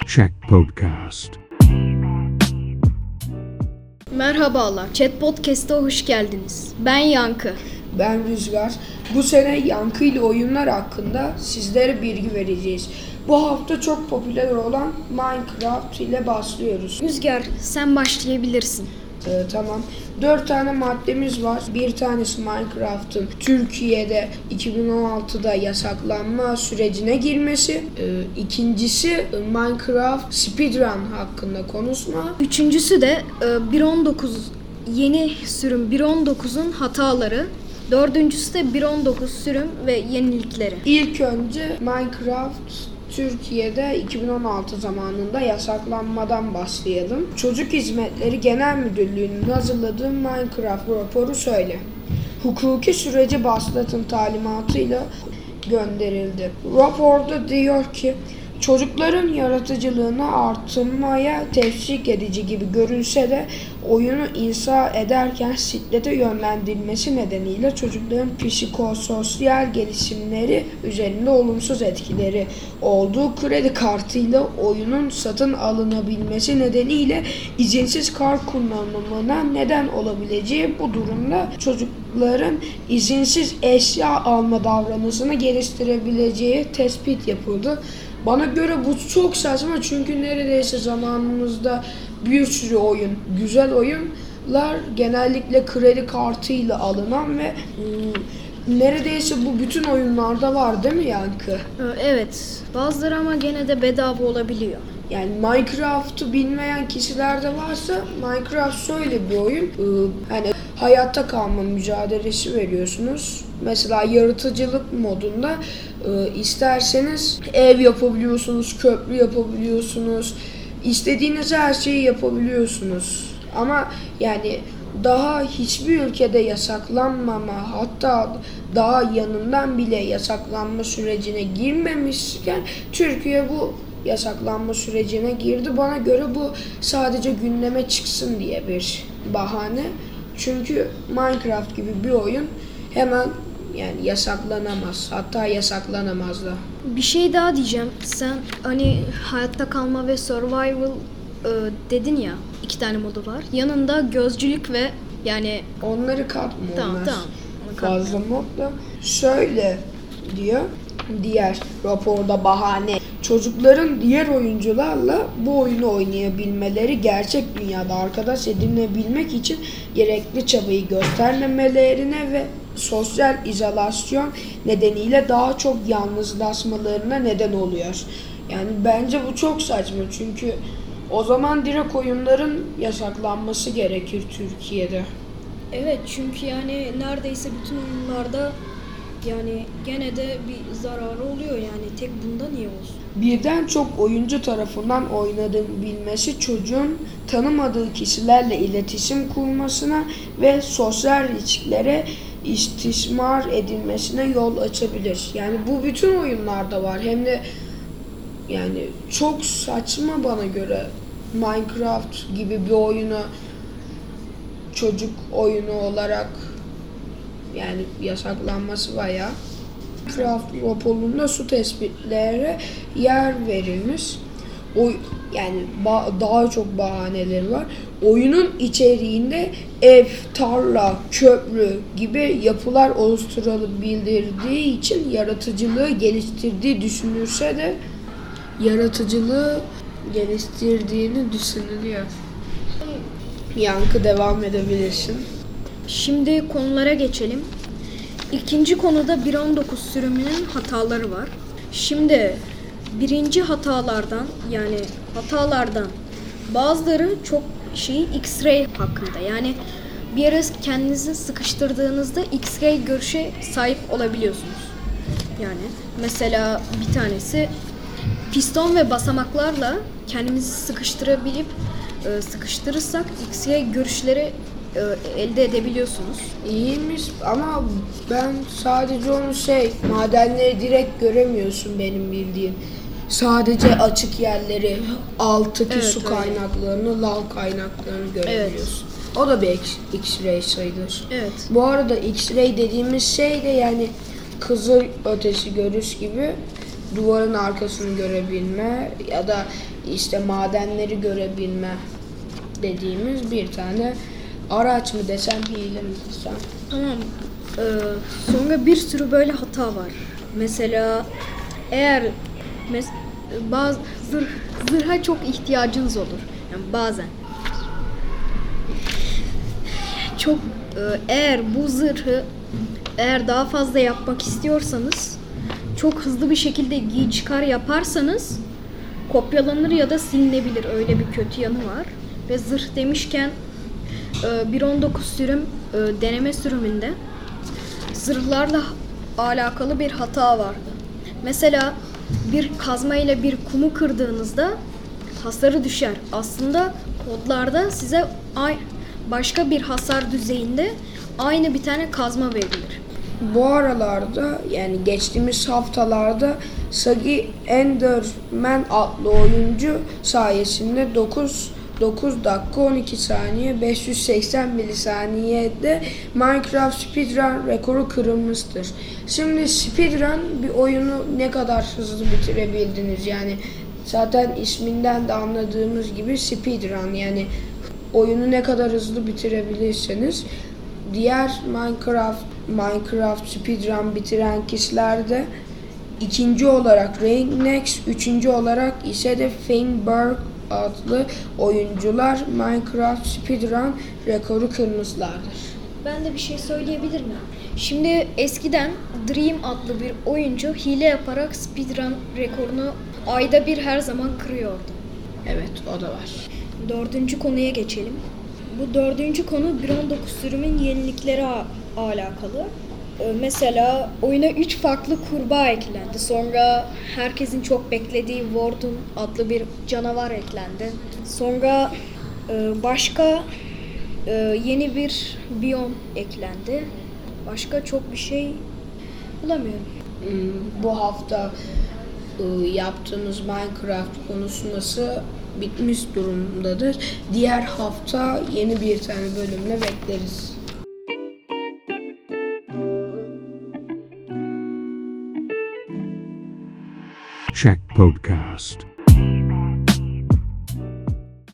Check Podcast. Merhabalar, Chat Podcast'a hoş geldiniz. Ben Yankı. Ben Rüzgar. Bu sene Yankı ile oyunlar hakkında sizlere bilgi vereceğiz. Bu hafta çok popüler olan Minecraft ile başlıyoruz. Rüzgar, sen başlayabilirsin. Tamam. 4 tane maddemiz var. Bir tanesi Minecraft'ın Türkiye'de 2016'da yasaklanma sürecine girmesi. İkincisi Minecraft speedrun hakkında konuşma. Üçüncüsü de 1.19 yeni sürüm 1.19'un hataları. Dördüncüsü de 1.19 sürüm ve yenilikleri. İlk önce Minecraft Türkiye'de 2016 zamanında yasaklanmadan başlayalım. Çocuk Hizmetleri Genel Müdürlüğü'nün hazırladığı Minecraft raporu söyle. Hukuki süreci başlatın talimatıyla gönderildi. Raporda diyor ki çocukların yaratıcılığını artırmaya teşvik edici gibi görünse de oyunu inşa ederken şiddete yönlendirilmesi nedeniyle çocukların psikososyal gelişimleri üzerinde olumsuz etkileri olduğu kredi kartıyla oyunun satın alınabilmesi nedeniyle izinsiz kart kullanımına neden olabileceği bu durumda çocukların izinsiz eşya alma davranışını geliştirebileceği tespit yapıldı. Bana göre bu çok saçma çünkü neredeyse zamanımızda bir sürü oyun, güzel oyunlar genellikle kredi kartıyla alınan ve neredeyse bu bütün oyunlarda var değil mi Yankı? Evet, bazıları ama gene de bedava olabiliyor. Yani Minecraft'ı bilmeyen kişiler de varsa Minecraft şöyle bir oyun. Hani hayatta kalma mücadelesi veriyorsunuz. Mesela yaratıcılık modunda isterseniz ev yapabiliyorsunuz, köprü yapabiliyorsunuz. İstediğiniz her şeyi yapabiliyorsunuz. Ama yani daha hiçbir ülkede yasaklanmama, hatta daha yanından bile yasaklanma sürecine girmemişken Türkiye bu yasaklanma sürecine girdi. Bana göre bu sadece gündeme çıksın diye bir bahane. Çünkü Minecraft gibi bir oyun hemen yani yasaklanamaz. Hatta yasaklanamaz da. Bir şey daha diyeceğim. Sen hani hayatta kalma ve survival dedin ya, 2 tane modu var. Yanında gözcülük ve yani Onları katma tamam. Onu Fazla mod da şöyle diyor. Diğer raporda bahane. Çocukların diğer oyuncularla bu oyunu oynayabilmeleri, gerçek dünyada arkadaş edinebilmek için gerekli çabayı göstermemelerine ve sosyal izolasyon nedeniyle daha çok yalnızlaşmalarına neden oluyor. Yani bence bu çok saçma çünkü o zaman direkt oyunların yasaklanması gerekir Türkiye'de. Evet, çünkü yani neredeyse bütün oyunlarda yani gene de bir zararı oluyor, yani tek bunda niye olsun? Birden çok oyuncu tarafından oynadığını bilmesi çocuğun tanımadığı kişilerle iletişim kurmasına ve sosyal ilişkilere istismar edilmesine yol açabilir. Yani bu bütün oyunlarda var. Hem de yani çok saçma bana göre Minecraft gibi bir oyunu çocuk oyunu olarak yani yasaklanması bayağı. Minecraft raporunda su tespitlere yer verilmiş. Yani daha çok bahaneleri var. Oyunun içeriğinde ev, tarla, köprü gibi yapılar oluşturulabildiği için yaratıcılığı geliştirdiği düşünülse de yaratıcılığı geliştirdiğini düşünülüyor. Yankı devam edebilirsin. Şimdi konulara geçelim. İkinci konuda 1.19 sürümünün hataları var. Şimdi birinci hatalardan bazıları çok X-ray hakkında. Yani bir yere kendinizi sıkıştırdığınızda X-ray görüşe sahip olabiliyorsunuz. Yani mesela bir tanesi piston ve basamaklarla kendimizi sıkıştırırsak X-ray görüşleri elde edebiliyorsunuz. İyiymiş ama ben sadece onu madenleri direkt göremiyorsun benim bildiğim. Sadece açık yerleri, alttaki su kaynaklarını, lav kaynaklarını görebiliyorsun. Evet. O da bir X-ray sayılır. Evet. Bu arada X-ray dediğimiz şey de yani kızıl ötesi görüş gibi duvarın arkasını görebilme ya da işte madenleri görebilme dediğimiz bir tane araç mı desem, hile mi desem. Tamam. Sonra bir sürü böyle hata var. Mesela eğer bazı zırha çok ihtiyacınız olur. Yani bazen. Çok eğer bu zırhı daha fazla yapmak istiyorsanız çok hızlı bir şekilde giy çıkar yaparsanız kopyalanır ya da silinebilir. Öyle bir kötü yanı var. Ve zırh demişken 1.19 sürüm deneme sürümünde zırhlarla alakalı bir hata vardı. Mesela bir kazma ile bir kumu kırdığınızda hasarı düşer. Aslında kodlarda size başka bir hasar düzeyinde aynı bir tane kazma verilir. Bu aralarda yani geçtiğimiz haftalarda Sagi Enderman adlı oyuncu sayesinde 9 dakika 12 saniye 580 milisaniyede Minecraft speedrun rekoru kırılmıştır. Şimdi speedrun bir oyunu ne kadar hızlı bitirebildiniz, yani zaten isminden de anladığımız gibi speedrun, yani oyunu ne kadar hızlı bitirebilirseniz. Diğer Minecraft speedrun bitiren kişiler de ikinci olarak Rainnex, üçüncü olarak ise de Feinberg adlı oyuncular Minecraft speedrun rekoru kırmışlardır. Ben de bir şey söyleyebilir miyim? Şimdi eskiden Dream adlı bir oyuncu hile yaparak speedrun rekorunu ayda bir her zaman kırıyordu. Evet, o da var. 4. konuya geçelim. Bu 4. konu 1.19 sürümün yenilikleri alakalı. Mesela oyuna 3 farklı kurbağa eklendi. Sonra herkesin çok beklediği Warden adlı bir canavar eklendi. Sonra başka yeni bir biyom eklendi. Başka çok bir şey bulamıyorum. Bu hafta yaptığımız Minecraft konuşması bitmiş durumdadır. Diğer hafta yeni bir tane bölümle bekleriz. Check Podcast.